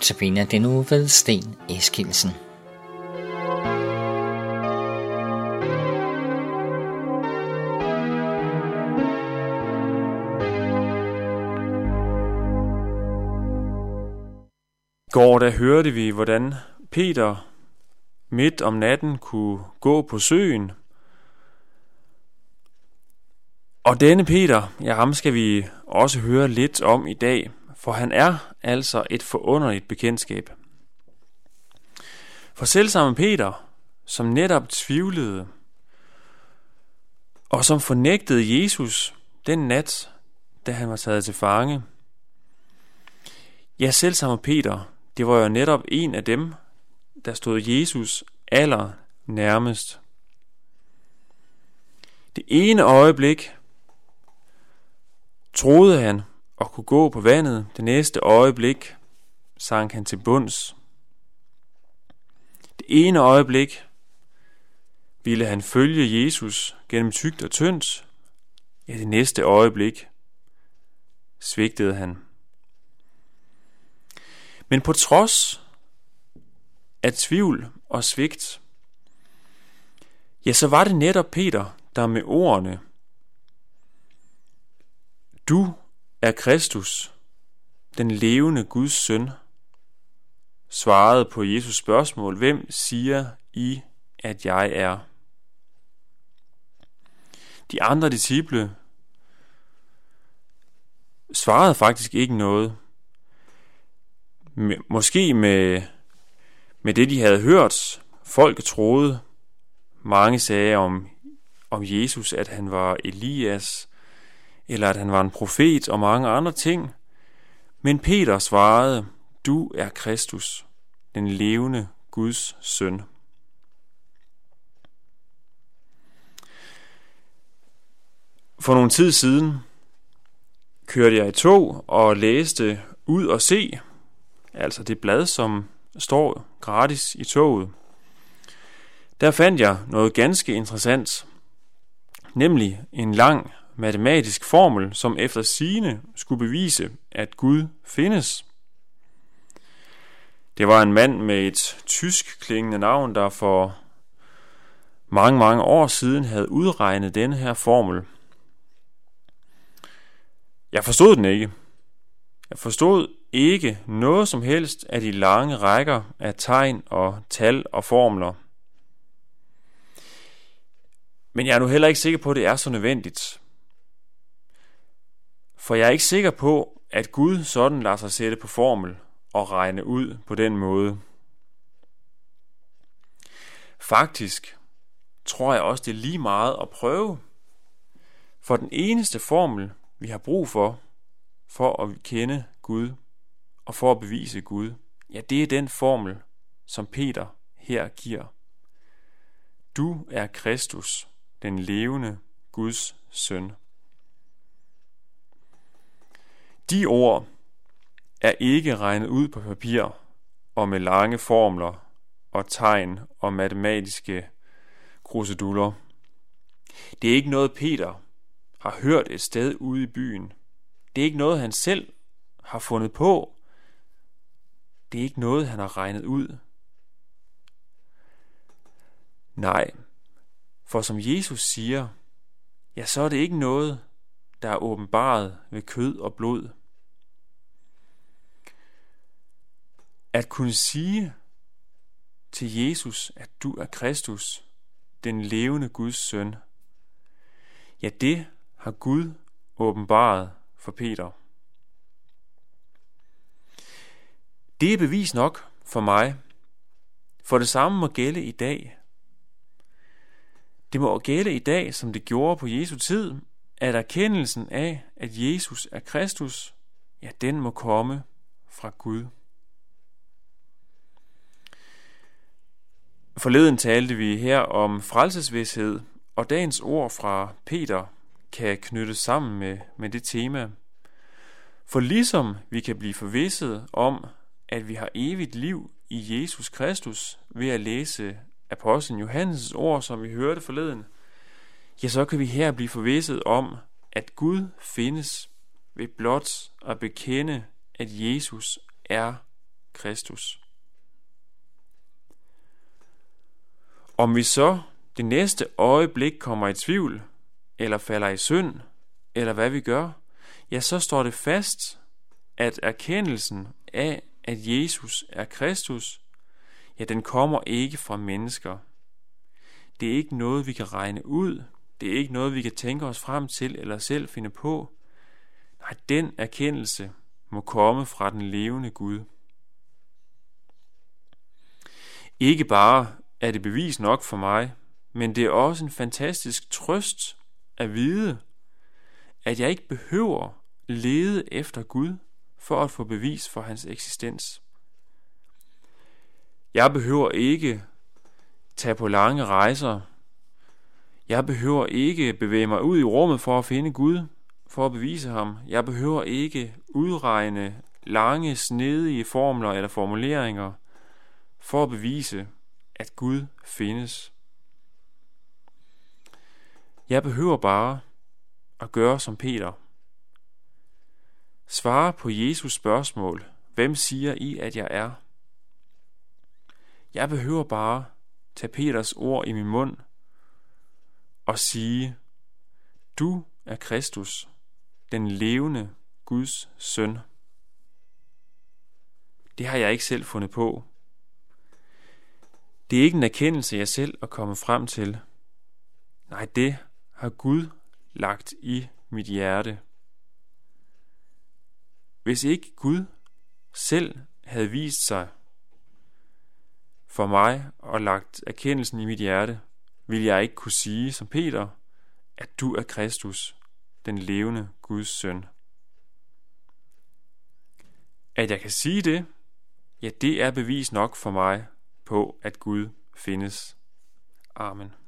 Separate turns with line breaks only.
Notabene den uge ved Sten Eskildsen.
Går der hørte vi, hvordan Peter midt om natten kunne gå på søen. Og denne Peter, ja, ham skal vi også høre lidt om i dag, for han er altså et forunderligt bekendtskab. For selvsamme Peter, som netop tvivlede, og som fornægtede Jesus den nat, da han var taget til fange. Ja, selvsamme Peter, det var jo netop en af dem, der stod Jesus aller nærmest. Det ene øjeblik troede han at kunne gå på vandet, det næste øjeblik sank han til bunds. Det ene øjeblik ville han følge Jesus gennem tykt og tyndt, ja, det næste øjeblik svigtede han. Men på trods af tvivl og svigt, ja, så var det netop Peter, der med ordene, "Du er Kristus, den levende Guds søn", svarede på Jesus spørgsmål, "Hvem siger I, at jeg er?" De andre disciple svarede faktisk ikke noget. Måske med det, de havde hørt. Folk troede. Mange sagde om Jesus, at han var Elias, eller at han var en profet, og mange andre ting. Men Peter svarede, "Du er Kristus, den levende Guds søn." For nogle tid siden kørte jeg i tog og læste Ud og Se, altså det blad, som står gratis i toget. Der fandt jeg noget ganske interessant, nemlig en lang matematisk formel, som efter sigende skulle bevise, at Gud findes. Det var en mand med et tysk klingende navn, der for mange, mange år siden havde udregnet denne her formel. Jeg forstod den ikke. Jeg forstod ikke noget som helst af de lange rækker af tegn og tal og formler. Men jeg er nu heller ikke sikker på, at det er så nødvendigt. For jeg er ikke sikker på, at Gud sådan lader sig sætte på formel og regne ud på den måde. Faktisk tror jeg også, det er lige meget at prøve. For den eneste formel, vi har brug for at kende Gud og for at bevise Gud, ja, det er den formel, som Peter her giver. Du er Kristus, den levende Guds søn. De ord er ikke regnet ud på papir og med lange formler og tegn og matematiske kruseduller. Det er ikke noget, Peter har hørt et sted ude i byen. Det er ikke noget, han selv har fundet på. Det er ikke noget, han har regnet ud. Nej, for som Jesus siger, ja, så er det ikke noget, der er åbenbaret ved kød og blod. At kunne sige til Jesus, at du er Kristus, den levende Guds søn, ja, det har Gud åbenbaret for Peter. Det er bevis nok for mig, for det samme må gælde i dag. Det må gælde i dag, som det gjorde på Jesu tid, at erkendelsen af, at Jesus er Kristus, ja, den må komme fra Gud. Forleden talte vi her om frelsesvished, og dagens ord fra Peter kan knyttes sammen med det tema. For ligesom vi kan blive forvisset om, at vi har evigt liv i Jesus Kristus ved at læse apostlen Johannes' ord, som vi hørte forleden, ja, så kan vi her blive forvisset om, at Gud findes ved blot at bekende, at Jesus er Kristus. Om vi så det næste øjeblik kommer i tvivl, eller falder i synd, eller hvad vi gør, ja, så står det fast, at erkendelsen af, at Jesus er Kristus, ja, den kommer ikke fra mennesker. Det er ikke noget, vi kan regne ud. Det er ikke noget, vi kan tænke os frem til eller selv finde på. Nej, den erkendelse må komme fra den levende Gud. Ikke bare er det bevis nok for mig, men det er også en fantastisk trøst at vide, at jeg ikke behøver lede efter Gud for at få bevis for hans eksistens. Jeg behøver ikke tage på lange rejser. Jeg behøver ikke bevæge mig ud i rummet for at finde Gud, for at bevise ham. Jeg behøver ikke udregne lange, snedige formler eller formuleringer for at bevise, at Gud findes. Jeg behøver bare at gøre som Peter. Svare på Jesus spørgsmål. Hvem siger I, at jeg er? Jeg behøver bare tage Peters ord i min mund og sige, du er Kristus, den levende Guds søn. Det har jeg ikke selv fundet på. Det er ikke en erkendelse, jeg selv er kommet frem til. Nej, det har Gud lagt i mit hjerte. Hvis ikke Gud selv havde vist sig for mig og lagt erkendelsen i mit hjerte, ville jeg ikke kunne sige som Peter, at du er Kristus, den levende Guds søn. At jeg kan sige det, ja, det er bevis nok for mig på, at Gud findes. Amen.